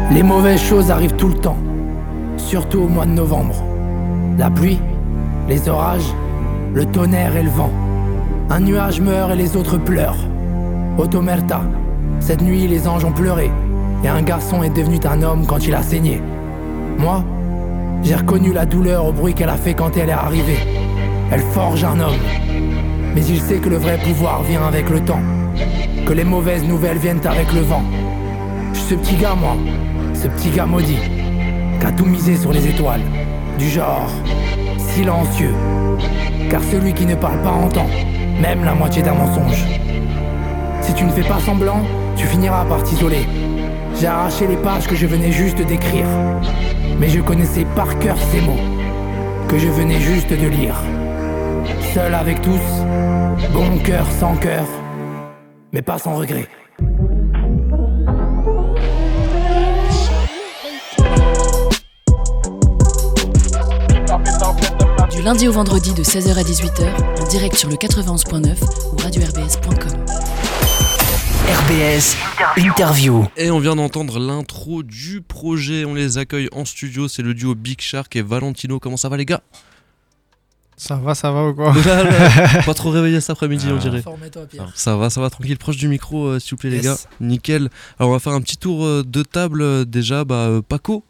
Les mauvaises choses arrivent tout le temps, surtout au mois de novembre. La pluie, les orages, le tonnerre et le vent. Un nuage meurt et les autres pleurent. Otomerta, cette nuit les anges ont pleuré, et un garçon est devenu un homme quand il a saigné. Moi, j'ai reconnu la douleur au bruit qu'elle a fait quand elle est arrivée. Elle forge un homme, mais il sait que le vrai pouvoir vient avec le temps, que les mauvaises nouvelles viennent avec le vent. Je suis ce petit gars, moi, ce petit gars maudit, qui a tout misé sur les étoiles, du genre silencieux, car celui qui ne parle pas entend, même la moitié d'un mensonge. Si tu ne fais pas semblant, tu finiras par t'isoler. J'ai arraché les pages que je venais juste d'écrire, mais je connaissais par cœur ces mots, que je venais juste de lire. Seul avec tous, bon cœur sans cœur, mais pas sans regret. Du lundi au vendredi de 16h à 18h, en direct sur le 91.9 ou radio-rbs.com. RBS Interview. Et on vient d'entendre l'intro du projet. On les accueille en studio. C'est le duo Big Shark et Valentino. Comment ça va, les gars? Ça va ou quoi? Pas trop réveillé cet après-midi, on dirait. Forme-toi, Pierre. Ça va tranquille. Proche du micro, s'il vous plaît, les gars. Yes. Nickel. Alors, on va faire un petit tour de table. Déjà, Paco,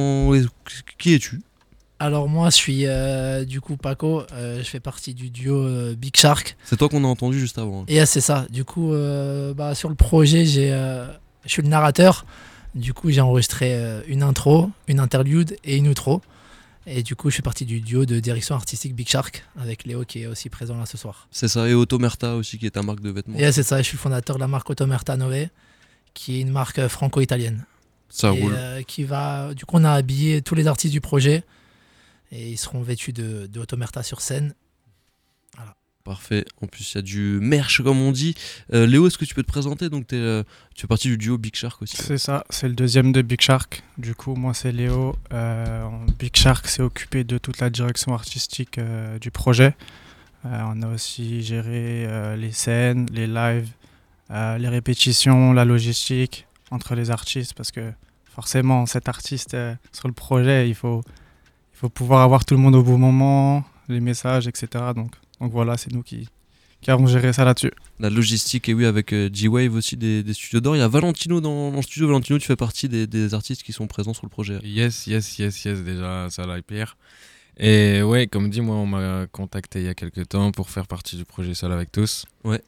qui es-tu? Alors moi je suis du coup Paco, je fais partie du duo Big Shark. C'est toi qu'on a entendu juste avant. Et c'est ça, du coup sur le projet je suis le narrateur. Du coup j'ai enregistré une intro, une interlude et une outro. Et du coup je fais partie du duo de direction artistique Big Shark avec Léo qui est aussi présent là ce soir. C'est ça, et Otomerta aussi qui est ta marque de vêtements. Et c'est ça, je suis le fondateur de la marque Otomerta Nove qui est une marque franco-italienne. Ça roule. Qui va, du coup on a habillé tous les artistes du projet. Et ils seront vêtus de Otomerta sur scène. Voilà. Parfait. En plus, il y a du merch, comme on dit. Léo, est-ce que tu peux te présenter? Donc, tu fais partie du duo Big Shark aussi. C'est ça, c'est le deuxième de Big Shark. Du coup, moi, c'est Léo. Big Shark s'est occupé de toute la direction artistique du projet. On a aussi géré les scènes, les lives, les répétitions, la logistique entre les artistes. Parce que forcément, cet artiste sur le projet, il faut pouvoir avoir tout le monde au bon moment, les messages, etc. Donc voilà, c'est nous qui avons géré ça là-dessus. La logistique, et oui, avec G-Wave aussi des studios d'or. Il y a Valentino dans le studio. Valentino, tu fais partie des artistes qui sont présents sur le projet. Yes, déjà, ça là, Pierre. Et ouais, comme dit, moi, on m'a contacté il y a quelques temps pour faire partie du projet Seul avec tous. Ouais.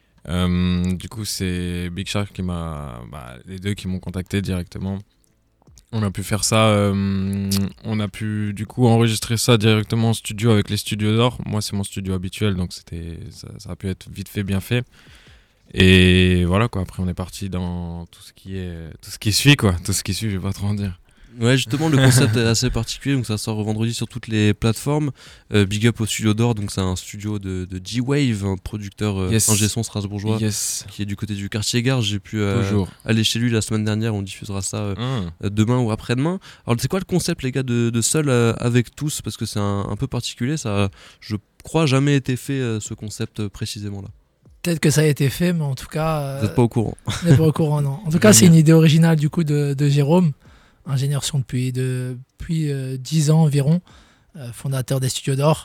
Du coup, c'est Big Shark les deux qui m'ont contacté directement. On a pu faire ça, on a pu du coup enregistrer ça directement en studio avec les studios d'or. Moi, c'est mon studio habituel, donc ça a pu être vite fait, bien fait. Et voilà quoi, après on est parti dans tout ce qui suit, je vais pas trop en dire. Ouais, justement, le concept est assez particulier, donc ça sort vendredi sur toutes les plateformes. Big up au studio d'or, donc c'est un studio de G-Wave, un producteur ingé son strasbourgeois, qui est du côté du quartier Gare. J'ai pu aller chez lui la semaine dernière, on diffusera ça demain ou après-demain. Alors c'est quoi le concept, les gars, de Seul avec tous? Parce que c'est un peu particulier, ça, je crois, jamais été fait ce concept précisément là. Peut-être que ça a été fait, mais en tout cas... Vous n'êtes pas au courant. On n'est pas au courant, non. En tout cas, c'est une idée originale du coup de Jérôme, ingénieur son depuis 10 ans environ, fondateur des studios d'or.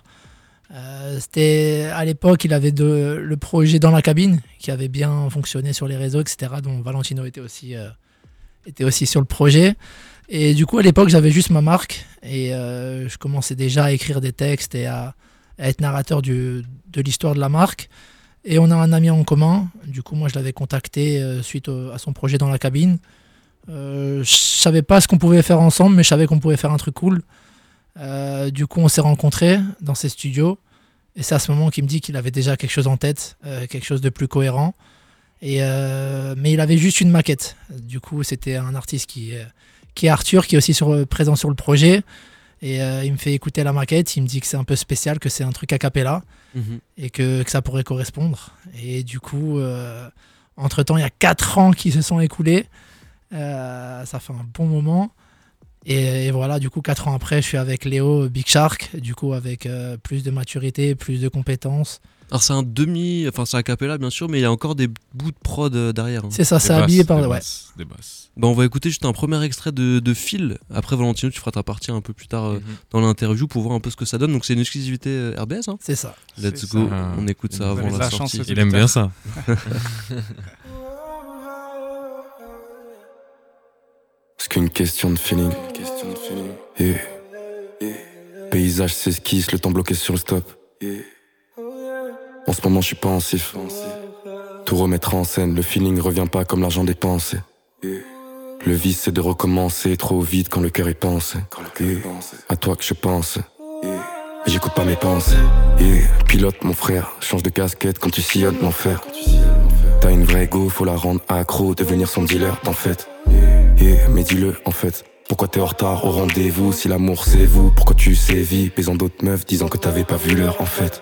C'était à l'époque, il avait le projet Dans la cabine qui avait bien fonctionné sur les réseaux, etc. dont Valentino était aussi sur le projet. Et du coup, à l'époque, j'avais juste ma marque et je commençais déjà à écrire des textes et à être narrateur de l'histoire de la marque. Et on a un ami en commun. Du coup, moi, je l'avais contacté suite à son projet Dans la cabine. Je savais pas ce qu'on pouvait faire ensemble, mais je savais qu'on pouvait faire un truc cool. Du coup, on s'est rencontrés dans ses studios. Et c'est à ce moment qu'il me dit qu'il avait déjà quelque chose en tête, quelque chose de plus cohérent. Mais il avait juste une maquette. Du coup, c'était un artiste qui est Arthur, qui est aussi présent sur le projet. Et il me fait écouter la maquette. Il me dit que c'est un peu spécial, que c'est un truc a cappella. Et que ça pourrait correspondre. Et du coup, entre-temps, il y a 4 ans qui se sont écoulés. Ça fait un bon moment. Et voilà, du coup, 4 ans après, je suis avec Léo Big Shark, du coup, avec plus de maturité, plus de compétences, Alors c'est un c'est a cappella bien sûr, mais il y a encore des bouts de prod derrière. C'est ça, c'est habillé par des basses. On va écouter juste un premier extrait de Phil. Après Valentino, tu feras ta partie un peu plus tard dans l'interview pour voir un peu ce que ça donne. Donc c'est une exclusivité RBS. Hein. C'est ça. Let's go. On écoute ça avant la sortie. Il aime bien ça. C'est qu'une question de feeling. Paysage s'esquisse, le temps bloqué sur le stop. En ce moment je suis pensif. Tout remettre en scène, le feeling revient pas comme l'argent dépensé. Le vice c'est de recommencer trop vite quand le cœur est pensé. À toi que je pense. Et j'écoute pas mes pensées. Pilote mon frère, change de casquette quand tu sillonnes l'enfer. T'as une vraie go, faut la rendre accro, devenir son dealer en fait. Mais dis-le en fait. Pourquoi t'es en retard au rendez-vous? Si l'amour c'est vous, pourquoi tu sévis? Baisant d'autres meufs disant que t'avais pas vu l'heure en fait.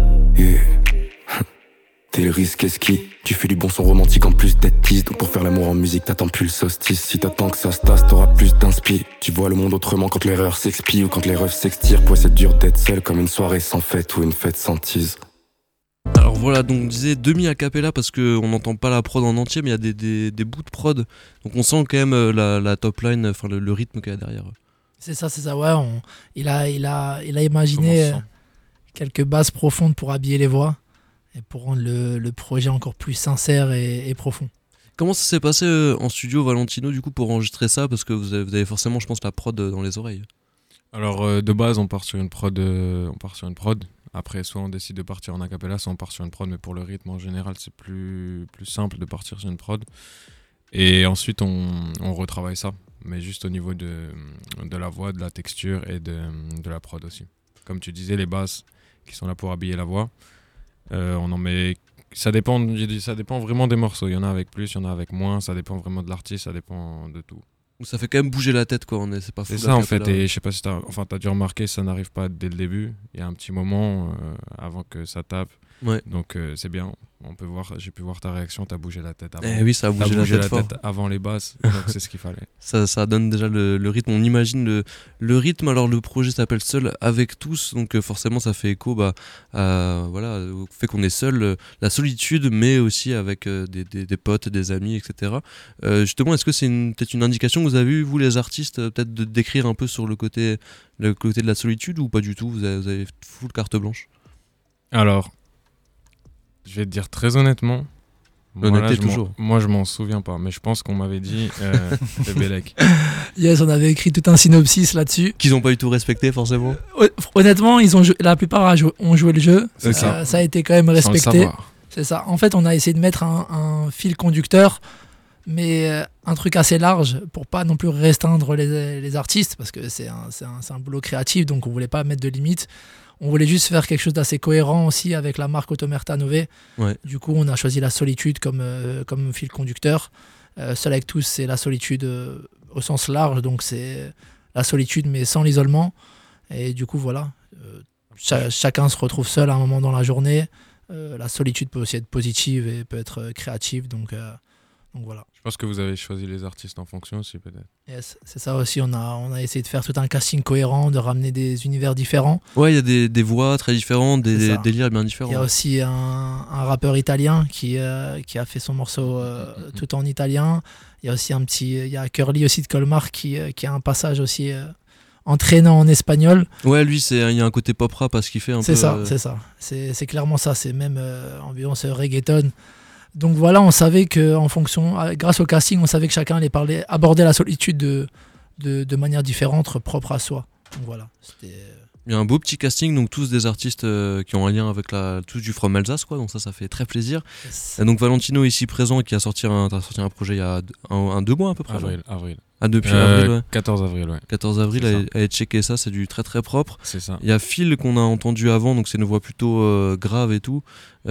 T'es le risque esquive. Tu fais du bon son romantique en plus d'être tease. Donc pour faire l'amour en musique t'attends plus le solstice. Si t'attends que ça se tasse t'auras plus d'inspi. Tu vois le monde autrement quand l'erreur s'expie ou quand les refs s'extirent. Pour c'est dur d'être seul comme une soirée sans fête ou une fête sans tease. Alors voilà, donc on disait demi a cappella parce qu'on n'entend pas la prod en entier, mais il y a des bouts de prod. Donc on sent quand même la top line, enfin le rythme qu'il y a derrière. C'est ça, ouais. Il a imaginé quelques basses profondes pour habiller les voix et pour rendre le projet encore plus sincère et profond. Comment ça s'est passé en studio, Valentino, du coup, pour enregistrer ça? Parce que vous avez forcément, je pense, la prod dans les oreilles. Alors de base, on part sur une prod. Après, soit on décide de partir en acapella, soit on part sur une prod, mais pour le rythme en général, c'est plus simple de partir sur une prod. Et ensuite, on retravaille ça, mais juste au niveau de la voix, de la texture et de la prod aussi. Comme tu disais, les basses qui sont là pour habiller la voix, on en met. Ça dépend vraiment des morceaux. Il y en a avec plus, il y en a avec moins. Ça dépend vraiment de l'artiste, ça dépend de tout. Ça fait quand même bouger la tête, quoi. C'est pas fou. C'est ça en fait, et je sais pas si t'as dû remarquer, ça n'arrive pas dès le début. Il y a un petit moment avant que ça tape. Ouais. Donc c'est bien. J'ai pu voir ta réaction, t'as bougé la tête avant. Oui, ça a bougé la tête avant les basses, donc c'est ce qu'il fallait. Ça donne déjà le rythme. On imagine le rythme. Alors le projet s'appelle Seul avec tous, donc forcément ça fait écho au fait qu'on est seul, la solitude, mais aussi avec des potes, des amis, etc. Justement, est-ce que c'est peut-être une indication que vous avez eu, vous les artistes, peut-être de décrire un peu sur le côté de la solitude, ou pas du tout? Vous avez full carte blanche? Alors, je vais te dire très honnêtement, moi je m'en souviens pas, mais je pense qu'on m'avait dit le Bélec. Yes, on avait écrit tout un synopsis là-dessus. Qu'ils n'ont pas du tout respecté forcément. Honnêtement, la plupart ont joué le jeu. Ça a été quand même respecté. C'est ça. En fait, on a essayé de mettre un fil conducteur, mais un truc assez large pour pas non plus restreindre les artistes, parce que c'est un boulot créatif, donc on voulait pas mettre de limites. On voulait juste faire quelque chose d'assez cohérent aussi avec la marque Omerta Nové. Ouais. Du coup, on a choisi la solitude comme fil conducteur. Seul avec tous, c'est la solitude au sens large, donc c'est la solitude mais sans l'isolement. Et du coup, voilà, chacun se retrouve seul à un moment dans la journée. La solitude peut aussi être positive et peut être créative, donc voilà. Je pense que vous avez choisi les artistes en fonction aussi, peut-être. Yes, c'est ça aussi. On a essayé de faire tout un casting cohérent, de ramener des univers différents. Ouais, il y a des voix très différentes, des délires bien différents. Il y a aussi un rappeur italien qui a fait son morceau tout en italien. Il y a aussi il y a Curly aussi de Colmar qui a un passage aussi entraînant en espagnol. Ouais, lui, il y a un côté pop rap à ce qu'il fait un peu. C'est ça. C'est clairement ça. C'est même ambiance reggaeton. Donc voilà, on savait que grâce au casting, on savait que chacun allait aborder la solitude de manière différente, propre à soi. Donc voilà, il y a un beau petit casting, donc tous des artistes qui ont un lien avec tous du From Alsace, quoi. Donc ça fait très plaisir. Yes. Donc Valentino ici présent, qui a sorti un projet il y a 2 mois à peu près. Avril. Ah, depuis avril, ouais. 14 avril, ouais. 14 avril, allez checker ça, c'est du très très propre. C'est ça. Il y a Phil qu'on a entendu avant, donc c'est une voix plutôt grave et tout.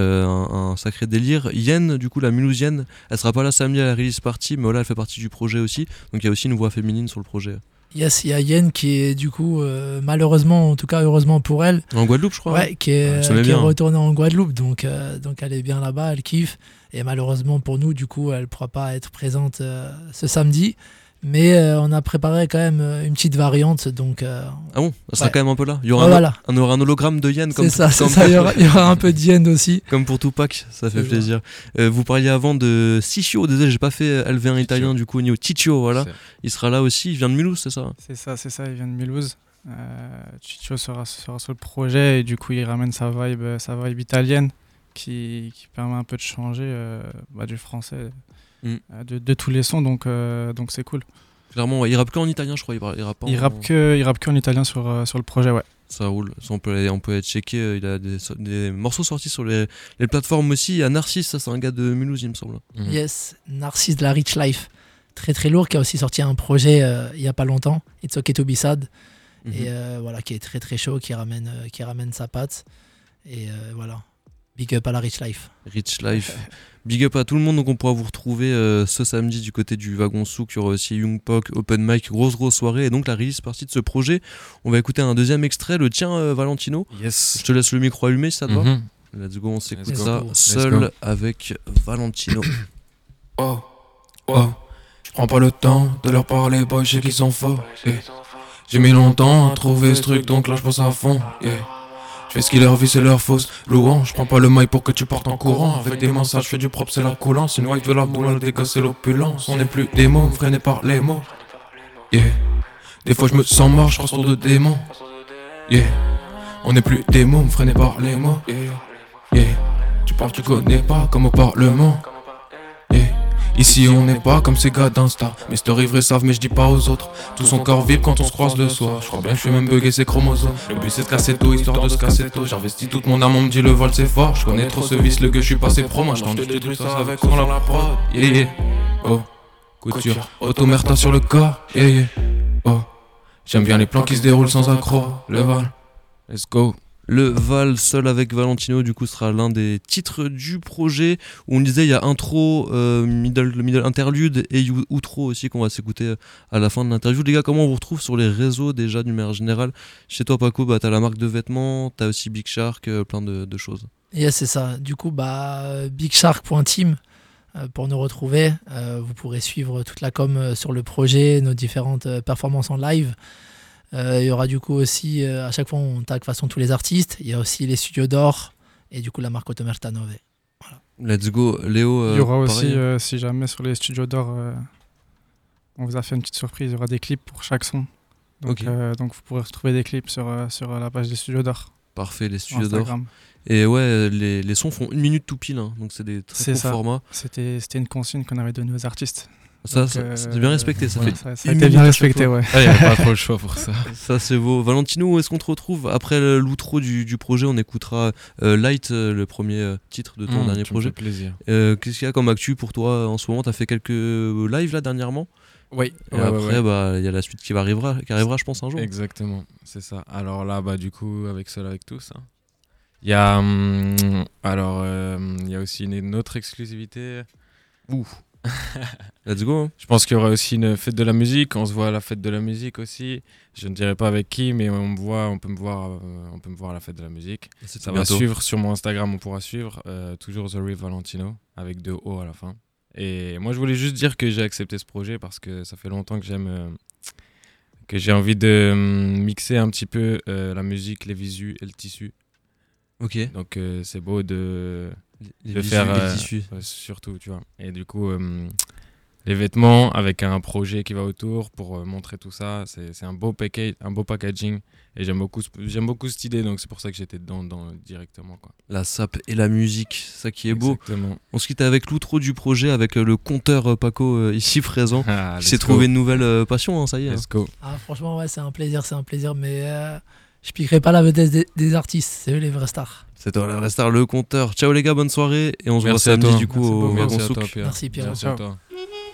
Un sacré délire. Yen, du coup, la Mulhousienne, elle sera pas là samedi à la release party, mais voilà, elle fait partie du projet aussi. Donc il y a aussi une voix féminine sur le projet. Yes, il y a Yen qui est du coup, malheureusement, en tout cas heureusement pour elle. En Guadeloupe, je crois. Ouais, qui est retournée en Guadeloupe, donc elle est bien là-bas, elle kiffe. Et malheureusement pour nous, du coup, elle ne pourra pas être présente ce samedi. Mais on a préparé quand même une petite variante. Donc, ah bon, ça sera quand même un peu là. Il y aura, on aura un hologramme de Yen. C'est ça. Il y aura un peu de Yen aussi. Comme pour Tupac, ça fait plaisir. Vous parliez avant de Ciccio, désolé, j'ai pas fait LV1 italien du coup, ni au Ciccio, voilà. Il sera là aussi, il vient de Mulhouse, c'est ça? C'est ça, il vient de Mulhouse. Ciccio sera sur le projet et du coup il ramène sa vibe italienne qui permet un peu de changer du français, de tous les sons, donc c'est cool. Clairement, il rappe que en italien, je crois. Il rappe que en italien sur le projet, ouais. Ça roule. Ça, on peut aller checker. Il a des morceaux sortis sur les plateformes aussi. Il y a Narcisse, ça c'est un gars de Mulhouse, il me semble. Yes, Narcisse de la Rich Life. Très très lourd, qui a aussi sorti un projet il y a pas longtemps, It's Okay to Be Sad. Et voilà, qui est très très chaud, qui ramène sa patte. Et voilà, big up à la Rich Life. Rich Life. Big up à tout le monde. Donc on pourra vous retrouver ce samedi du côté du Wagon Souk. Il y aura aussi Young Pok, Open Mic, grosse soirée. Et donc la release partie de ce projet. On va écouter un deuxième extrait, le tien Valentino. Yes. Je te laisse le micro allumé si ça te va. Let's go, on s'écoute ça seul avec Valentino. Oh. Je prends pas le temps de leur parler, boy, je sais qu'ils sont faux. J'ai mis longtemps à trouver ce truc, donc là je passe à fond. Je fais ce qui leur vit, c'est leur fausse louange. Je prends pas le mail pour que tu partes en courant. Avec des messages, je fais du propre, c'est la coulance. Une wife de la boule, le dégât, c'est l'opulence. On n'est plus des mots, freinés par les mots. Des fois je me sens mort, je croise trop de démons. On n'est plus des mots, freinés par les mots. Tu parles, tu connais pas, comme au parlement. Ici on n'est pas comme ces gars d'Insta. Mes stories vrais savent mais je dis pas aux autres. Tout son corps vibre quand on se croise le soir. Je crois bien que je fais même bugger ses chromosomes. Le but c'est de casser tôt, histoire de se casser tôt. J'investis toute mon âme, on me dit le vol c'est fort. Je connais trop ce vice, le gueux, je suis passé pro. Moi je tente de détruire ça avec on la prod. Oh, couture, automerta sur le corps. Oh, j'aime bien les plans qui se déroulent sans accroc. Le Val, let's go. Le Val seul avec Valentino du coup sera l'un des titres du projet où on disait il y a intro, middle interlude et outro aussi qu'on va s'écouter à la fin de l'interview. Les gars, comment on vous retrouve sur les réseaux déjà d'une manière générale? Chez toi Paco, t'as la marque de vêtements, t'as aussi Big Shark, plein de choses. Yes, c'est ça. Du coup bigshark.team pour nous retrouver. Vous pourrez suivre toute la com sur le projet, nos différentes performances en live. Il y aura du coup aussi, à chaque fois on tag de façon tous les artistes. Il y a aussi les studios d'or et du coup la marque Automerta Nove. Voilà. Let's go, Léo. Il y aura aussi, si jamais sur les studios d'or, on vous a fait une petite surprise, il y aura des clips pour chaque son. Donc, donc vous pourrez retrouver des clips sur la page des studios d'or. Parfait, les studios d'or. Et ouais, les sons font 1 minute tout pile, hein, donc c'est des très courts formats. C'était une consigne qu'on avait donnée aux artistes. Ça, c'est bien respecté, ça fait. Ça a été bien respecté, ouais. Il n'y a pas trop le choix pour ça. Ça, c'est beau. Valentino, où est-ce qu'on te retrouve? Après l'outro du projet, on écoutera Light, le premier titre de ton dernier projet. Ça me fait plaisir. Qu'est-ce qu'il y a comme actu pour toi en ce moment? T'as fait quelques lives là dernièrement? Oui. Et après, il y a la suite qui arrivera, je pense, un jour. Exactement, c'est ça. Alors là, du coup, avec Seul avec tous, hein. Il y a aussi une autre exclusivité. Ouh. Let's go. Je pense qu'il y aura aussi une fête de la musique. On se voit à la fête de la musique aussi. Je ne dirai pas avec qui, mais on peut me voir à la fête de la musique. Ça va suivre sur mon Instagram. On pourra suivre toujours The Real Valentino avec 2 O à la fin. Et moi, je voulais juste dire que j'ai accepté ce projet parce que ça fait longtemps que j'ai envie de mixer un petit peu la musique, les visus et le tissu. Ok. Donc c'est beau de faire les tissus surtout, tu vois. Et du coup les vêtements avec un projet qui va autour pour montrer tout ça, c'est un beau packaging et j'aime beaucoup cette idée, donc c'est pour ça que j'étais dedans directement, quoi. La sape et la musique, ça qui est beau. Exactement. On se quitte avec l'outro du projet avec le compteur Paco ici présent qui s'est trouvé une nouvelle passion, hein, ça y est. Let's go. Franchement ouais, c'est un plaisir, mais je piquerai pas la vedette des artistes, c'est eux les vrais stars. C'est toi le vrai star, le compteur. Ciao les gars, bonne soirée et on se voit samedi du coup au Wagon Souk. Merci Pierre. Merci à toi.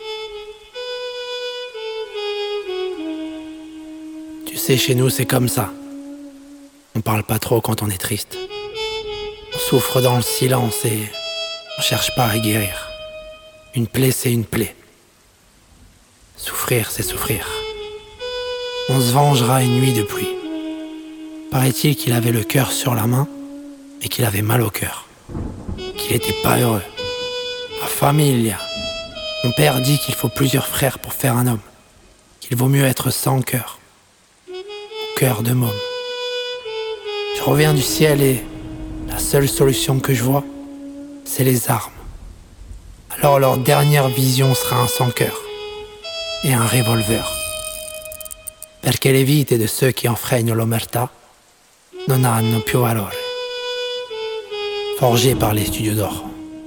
Tu sais, chez nous c'est comme ça. On parle pas trop quand on est triste. On souffre dans le silence et on cherche pas à guérir. Une plaie c'est une plaie. Souffrir c'est souffrir. On se vengera une nuit de pluie. Paraît-il qu'il avait le cœur sur la main et qu'il avait mal au cœur, qu'il était pas heureux. La famille, mon père dit qu'il faut plusieurs frères pour faire un homme. qu'il vaut mieux être sans cœur, cœur de môme. Je reviens du ciel et la seule solution que je vois, c'est les armes. Alors leur dernière vision sera un sans-cœur et un revolver. Perché le vite de ceux qui enfreignent l'omerta non hanno più valore. Forgé par les studios d'or.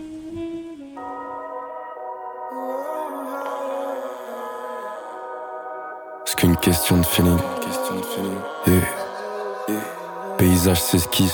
C'est qu'une question de feeling. Paysage s'esquisse.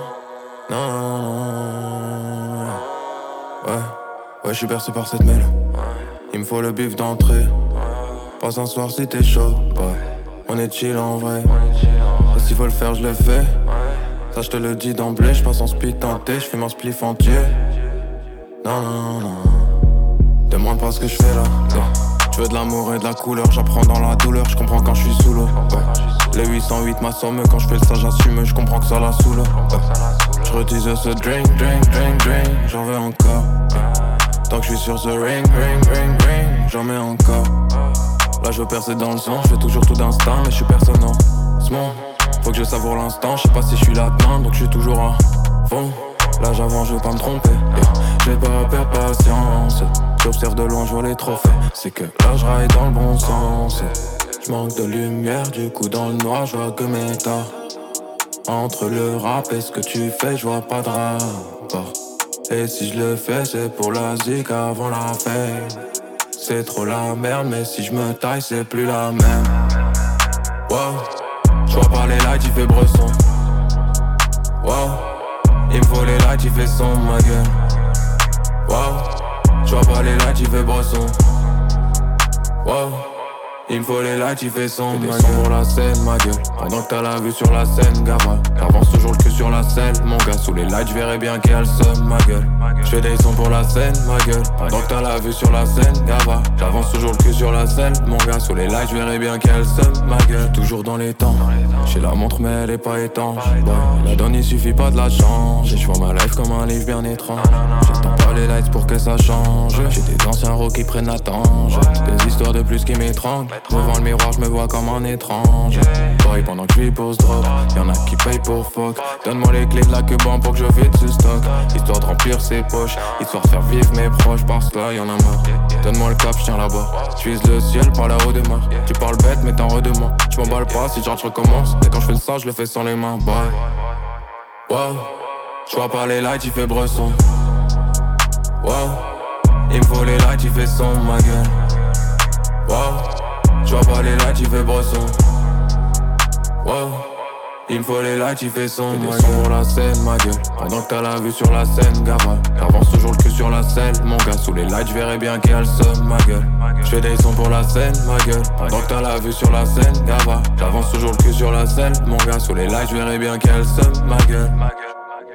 Non. Ouais, je suis bercé par cette mêle. Il me faut le bif d'entrée. Passe un soir si t'es chaud. Ouais, on est chill en vrai. Et s'il faut le faire, je le fais. Ça, je te le dis d'emblée. Je passe en speed tenté, je fais mon spliff entier. Non. Demande pas ce que je fais là. Je veux de l'amour et de la couleur. J'apprends dans la douleur, je comprends quand je suis sous l'eau. Ouais. Les 808 m'assomment quand je fais ça, j'assume. Je comprends que ça la saoule. Je redise ce drink. J'en veux encore. Tant que je suis sur ce ring, j'en mets encore. Là je veux percer dans le sang, je fais toujours tout d'instinct, mais je suis personne en small. Faut que je savoure l'instant, je sais pas si je suis là demain, donc je suis toujours à fond. Là j'avance, je veux pas me tromper, je vais pas perdre patience. J'observe de loin, je vois les trophées. C'est que là je raille dans le bon sens. Je manque de lumière, du coup dans le noir, je vois que mes torts. Entre le rap et ce que tu fais, je vois pas de rapport. Et si je le fais, c'est pour la zik avant la fête. C'est trop la merde, mais si je me taille, c'est plus la même. Wow, j'vois pas les lights, il fait bresson. Wow, il me faut les lights, il fait son, ma gueule. Wow, j'vois pas les lights, il fait bresson. Wow, il me faut les lights, il fait son, ma gueule. Pour la scène, ma gueule. Pendant que t'as la vue sur la scène, gamin. J'avance toujours le cul sur la selle, mon gars. Sous les lights, j'verrai bien qu'il y a le seum, ma gueule. J'fais des sons pour la scène, ma gueule. Pendant que t'as la vue sur la scène, gamin. J'avance toujours le cul sur la selle, mon gars. Sous les lights, j'verrai bien qu'il y a le seum, ma gueule. Toujours dans les temps. J'ai la montre, mais elle est pas étanche. La donne, il suffit pas de la changer. J'vois ma life comme un livre bien étrange. J'attends pas les lights pour que ça change. J'ai des anciens rocs qui prennent la tange. Des histoires de plus qui m'étranglent. Devant le miroir, je me vois comme un étrange. Boy, pendant que je lui pose drop, y'en a qui payent pour fuck. Donne-moi les clés de la queue-ban pour que je vide ce stock. Histoire de remplir ses poches, histoire de faire vivre mes proches. Parce que là, y'en a marre. Donne-moi le cap, je tiens là-bas. Je vise le ciel par là-haut des mains. Tu parles bête, mais t'en redemande. Je m'emballe pas, si je recommence. Et quand je fais ça, je le fais sans les mains. Bye. Wow, je vois pas les lights, il fait bresson. Wow, il me faut les lights, il fait son, ma gueule. Wow, je vois pas les lights, il fait bresson. Wow, il me faut les lights, il fait son, ma gueule. Pour la scène, ma gueule. Pendant que t'as la vue sur la scène, gamin. J'avance toujours le cul sur la selle, mon gars. Sous les lights, j'verrai bien qu'il y a le seum, ma gueule. J'fais des sons pour la scène, ma gueule. Pendant que t'as la vue sur la scène, gamin. J'avance toujours le cul sur la selle, mon gars. Sous les lights, j'verrai bien qu'il y a le seum, ma gueule.